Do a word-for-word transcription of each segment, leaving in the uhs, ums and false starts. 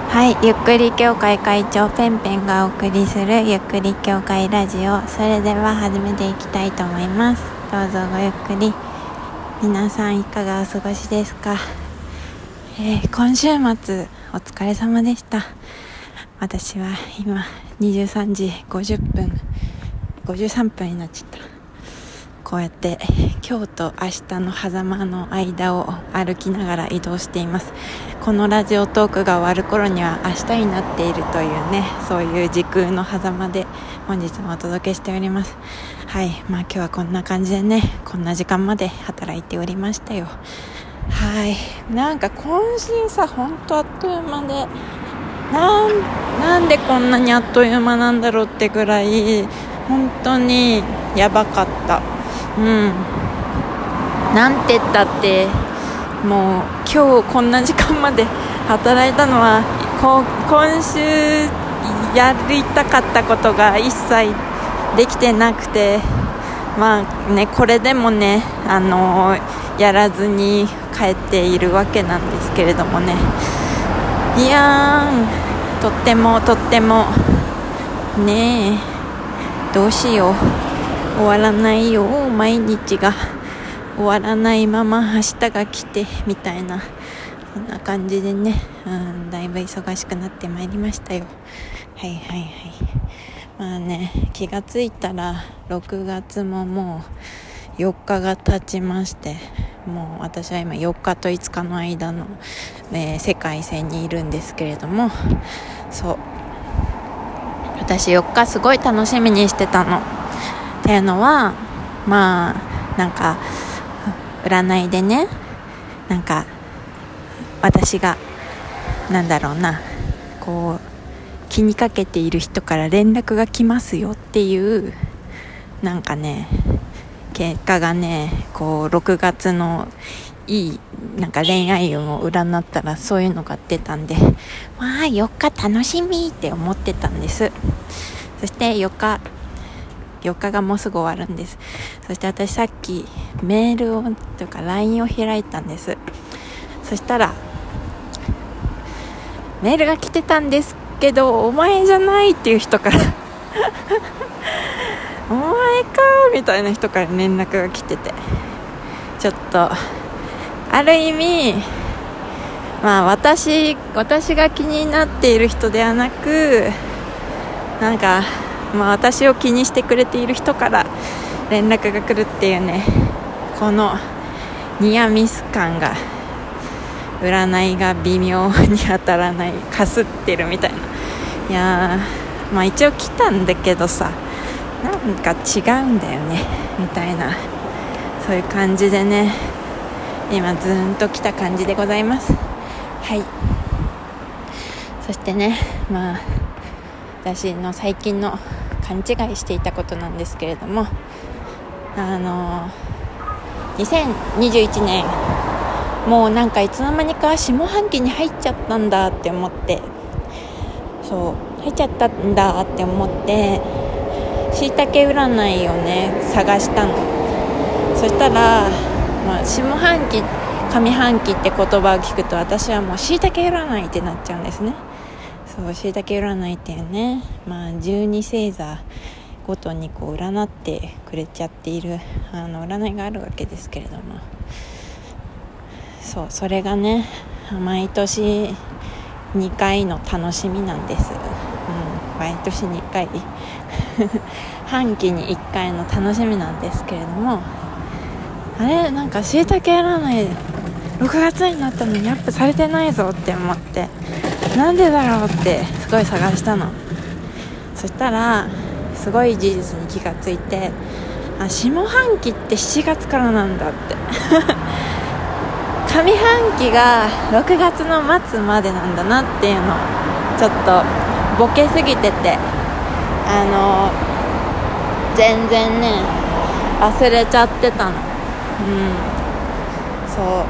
はい、ゆっくり協会会長ペンペンがお送りするゆっくり協会ラジオ。それでは始めていきたいと思います。どうぞごゆっくり。皆さんいかがお過ごしですか？えー、今週末お疲れ様でした。私は今にじゅうさんじごじゅっぷんごじゅうさんぷんになっちゃった。こうやって今日と明日の狭間の間を歩きながら移動しています。このラジオトークが終わる頃には明日になっているというね、そういう時空の狭間で本日もお届けしております。はい、まあ今日はこんな感じでね、こんな時間まで働いておりましたよ。はい、なんか今週さ、ほんとあっという間で、なん、なんでこんなにあっという間なんだろうってぐらい本当にやばかった。うん、なんて言ったってもう今日こんな時間まで働いたのはこ今週やりたかったことが一切できてなくて、まあね、これでもね、あのー、やらずに帰っているわけなんですけれどもね、いやーとってもとってもねえ、どうしよう、終わらないよ、毎日が終わらないまま明日が来てみたいな、そんな感じでね、うん、だいぶ忙しくなってまいりましたよ。はいはいはい。まあね、気がついたらろくがつももうよっかが経ちまして、もう私は今よっかといつかの間の、えー、世界線にいるんですけれども、そう、私よっかすごい楽しみにしてたの。っていうのは、まあなんか占いでね、なんか私がなんだろうな、こう気にかけている人から連絡が来ますよっていうなんかね、結果がね、こうろくがつのいいなんか恋愛運を占ったらそういうのが出たんで、まあよっか楽しみって思ってたんです。そしてよっかよっかがもうすぐ終わるんです。そして私さっきメールをというか ライン を開いたんです。そしたらメールが来てたんですけど、お前じゃないっていう人からお前かみたいな人から連絡が来てて、ちょっとある意味、まあ私私が気になっている人ではなく、なんかまあ、私を気にしてくれている人から連絡が来るっていうね、このニアミス感が、占いが微妙に当たらない、かすってるみたいな。いやー、まあ一応来たんだけどさ、なんか違うんだよねみたいな、そういう感じでね、今ずーんと来た感じでございます。はい。そしてね、まあ私の最近の勘違いしていたことなんですけれども、あのにせんにじゅういちねん、もうなんかいつの間にか下半期に入っちゃったんだって思って、そう入っちゃったんだって思ってしいたけ占いをね探したの。そしたら、まあ、下半期上半期って言葉を聞くと私はもうしいたけ占いってなっちゃうんですね。そう、しいたけ占いっていうね、まあ、じゅうに星座ごとにこう占ってくれちゃっているあの占いがあるわけですけれども、そう、それがね毎年にかいの楽しみなんです、うん、毎年にかい半期にいっかいの楽しみなんですけれども、あれ、なんかしいたけ占いろくがつになったのにアップされてないぞって思って、なんでだろうってすごい探したの。そしたらすごい事実に気がついて、あ、下半期ってしちがつからなんだって上半期がろくがつの末までなんだなっていうのをちょっとボケすぎてて、あの全然ね忘れちゃってたの。うん、そう、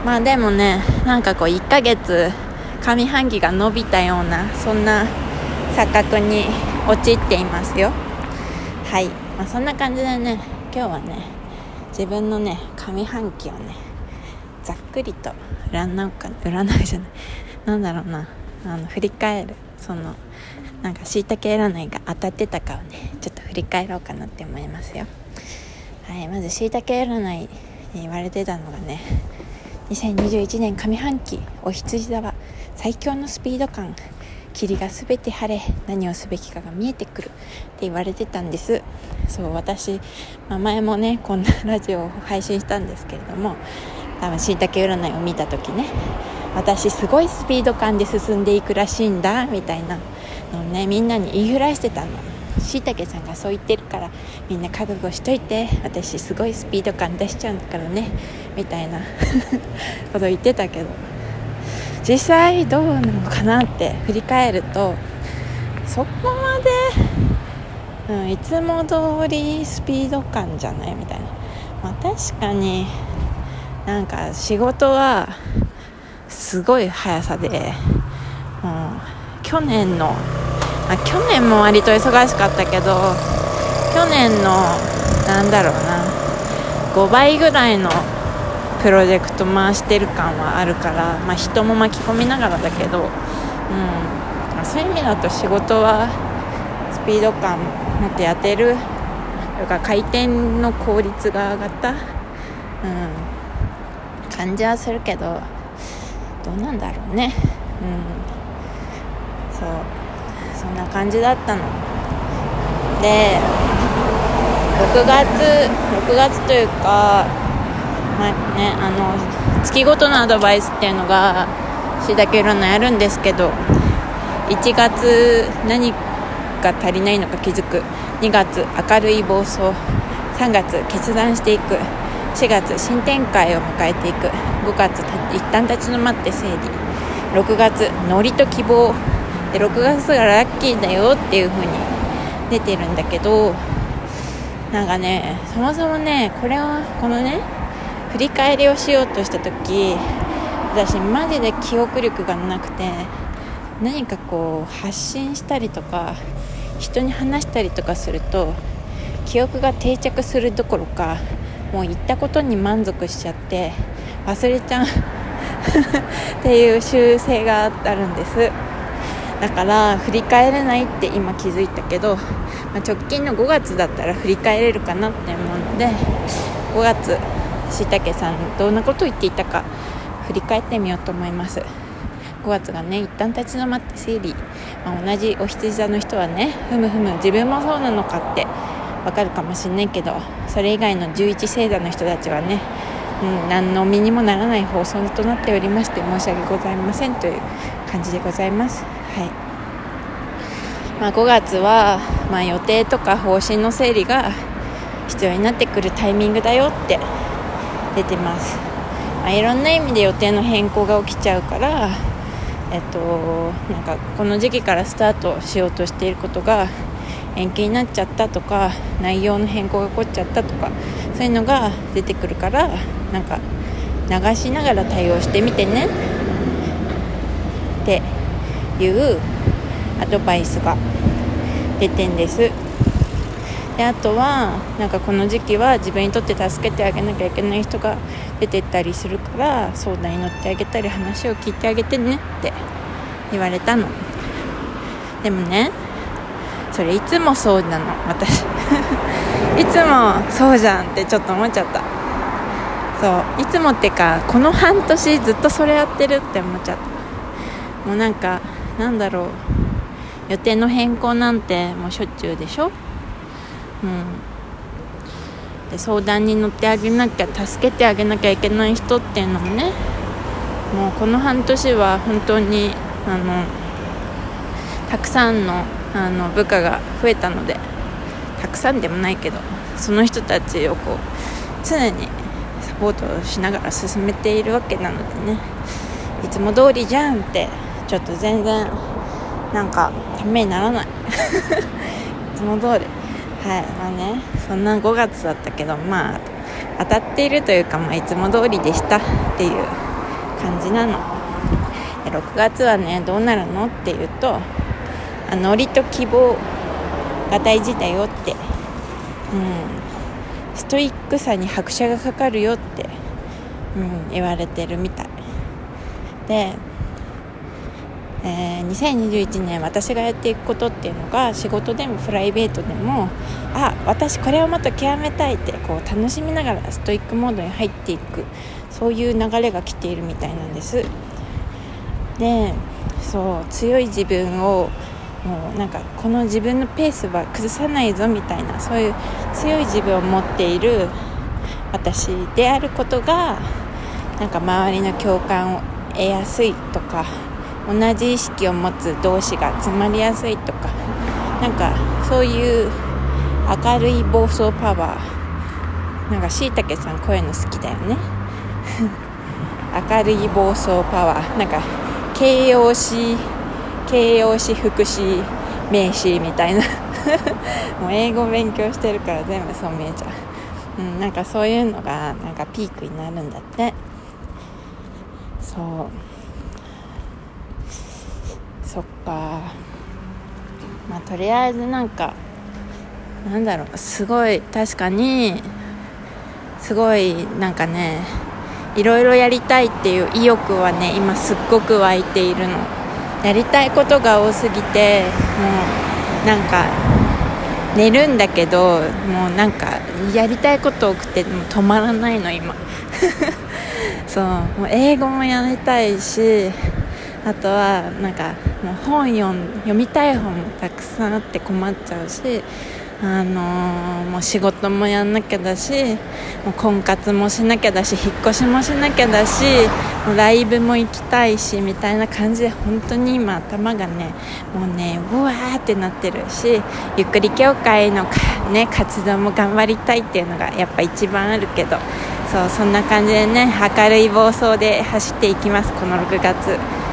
まあでもね、なんかこういっかげつ上半期が伸びたような、そんな錯覚に陥っていますよ。はい、まあ、そんな感じでね、今日はね自分のね上半期をねざっくりと占うか占うじゃないなんだろうなあの振り返るそのなんかしいたけ占いが当たってたかをねちょっと振り返ろうかなって思いますよ。はい、まずしいたけ占いに言われてたのがね、にせんにじゅういちねん上半期お羊座は最強のスピード感、霧がすべて晴れ、何をすべきかが見えてくるって言われてたんです。そう私、まあ、前もねこんなラジオを配信したんですけれども、多分しいたけ占いを見た時ね、私すごいスピード感で進んでいくらしいんだみたいなのをねみんなに言いふらしてたの。しいたけさんがそう言ってるからみんな覚悟しといて、私すごいスピード感出しちゃうんだからねみたいなこと言ってたけど、実際どうなのかなって振り返ると、そこまで、うん、いつも通りスピード感じゃないみたいな。まあ確かになんか仕事はすごい速さで、うん、去年のあ去年も割と忙しかったけど、去年のなんだろうなごばいぐらいのプロジェクト回してる感はあるから、まあ、人も巻き込みながらだけど、うん、そういう意味だと仕事はスピード感持ってやってるというか、回転の効率が上がった、うん、感じはするけど、どうなんだろうね、うん、そうそんな感じだったので、ろくがつろくがつというか、まあね、あの月ごとのアドバイスっていうのがしいたけ占いあるんですけど、いちがつ何が足りないのか気づく、にがつ明るい暴走、さんがつ決断していく、しがつ新展開を迎えていく、ごがつ一旦立ち止まって整理、ろくがつノリと希望で、ろくがつがラッキーだよっていう風に出てるんだけど、なんかねそもそもねこれはこのね振り返りをしようとした時、私マジで記憶力がなくて、何かこう発信したりとか人に話したりとかすると記憶が定着するどころか、もう言ったことに満足しちゃって忘れちゃうっていう習性があるんです。だから振り返れないって今気づいたけど、まあ、直近のごがつだったら振り返れるかなって思うので、ごがつしいたけさんどんなことを言っていたか振り返ってみようと思います。ごがつがね一旦立ち止まって整理、まあ、同じお羊座の人はねふむふむ自分もそうなのかってわかるかもしれないけど、それ以外のじゅういち星座の人たちはね、うん、何の身にもならない放送となっておりまして申し訳ございませんという感じでございます。はい、まあ、ごがつは、まあ、予定とか方針の整理が必要になってくるタイミングだよって出てます。まあ、いろんな意味で予定の変更が起きちゃうから、えっと、なんかこの時期からスタートしようとしていることが延期になっちゃったとか、内容の変更が起こっちゃったとか、そういうのが出てくるから、なんか流しながら対応してみてねっていうアドバイスが出てんです。であとはなんかこの時期は自分にとって助けてあげなきゃいけない人が出てったりするから、相談に乗ってあげたり話を聞いてあげてねって言われたの。でもねそれいつもそうなの私いつもそうじゃんってちょっと思っちゃった。そういつもってかこの半年ずっとそれやってるって思っちゃった。もうなんかなんだろう、予定の変更なんてもうしょっちゅうでしょ。うん、で相談に乗ってあげなきゃ、助けてあげなきゃいけない人っていうのもね、もうこの半年は本当にあのたくさんの、あの部下が増えたので、たくさんでもないけどその人たちをこう常にサポートしながら進めているわけなのでね、いつも通りじゃんってちょっと全然なんかためにならないいつも通り、はい、まあねそんなごがつだったけど、まあ当たっているというか、まあ、いつも通りでしたっていう感じなので、ろくがつはねどうなるのっていうと、あノリと希望が大事だよって、うん、ストイックさに拍車がかかるよって、うん、言われてるみたいで、 えー、にせんにじゅういちねん私がやっていくことっていうのが、仕事でもプライベートでも、あ、私これをもっと極めたいってこう楽しみながらストイックモードに入っていく、そういう流れが来ているみたいなんです。で、そう強い自分をもうなんかこの自分のペースは崩さないぞみたいな、そういう強い自分を持っている私であることが、なんか周りの共感を得やすいとか、同じ意識を持つ同士が集まりやすいとか、なんかそういう明るい暴走パワー、なんかしいたけさんこういうの好きだよね明るい暴走パワー、なんか形容詞形容詞副詞名詞みたいなもう英語勉強してるから全部そう見えちゃう、うん、なんかそういうのがなんかピークになるんだって。そうそっか、まあとりあえずなんかなんだろう、すごい確かにすごいなんかね、いろいろやりたいっていう意欲はね今すっごく湧いているの。やりたいことが多すぎて、もうなんか寝るんだけど、もうなんかやりたいこと多くてもう止まらないの今そう、もう英語もやりたいし、あとはなんかもう本読ん読みたい本もたくさんあって困っちゃうし、あのー、もう仕事もやんなきゃだし、もう婚活もしなきゃだし、引っ越しもしなきゃだし、もうライブも行きたいしみたいな感じで、本当に今頭がねもうねうわーってなってるし、ゆっくり協会の、ね、活動も頑張りたいっていうのがやっぱ一番あるけど、そうそんな感じでね、明るい暴走で走っていきますこのろくがつ。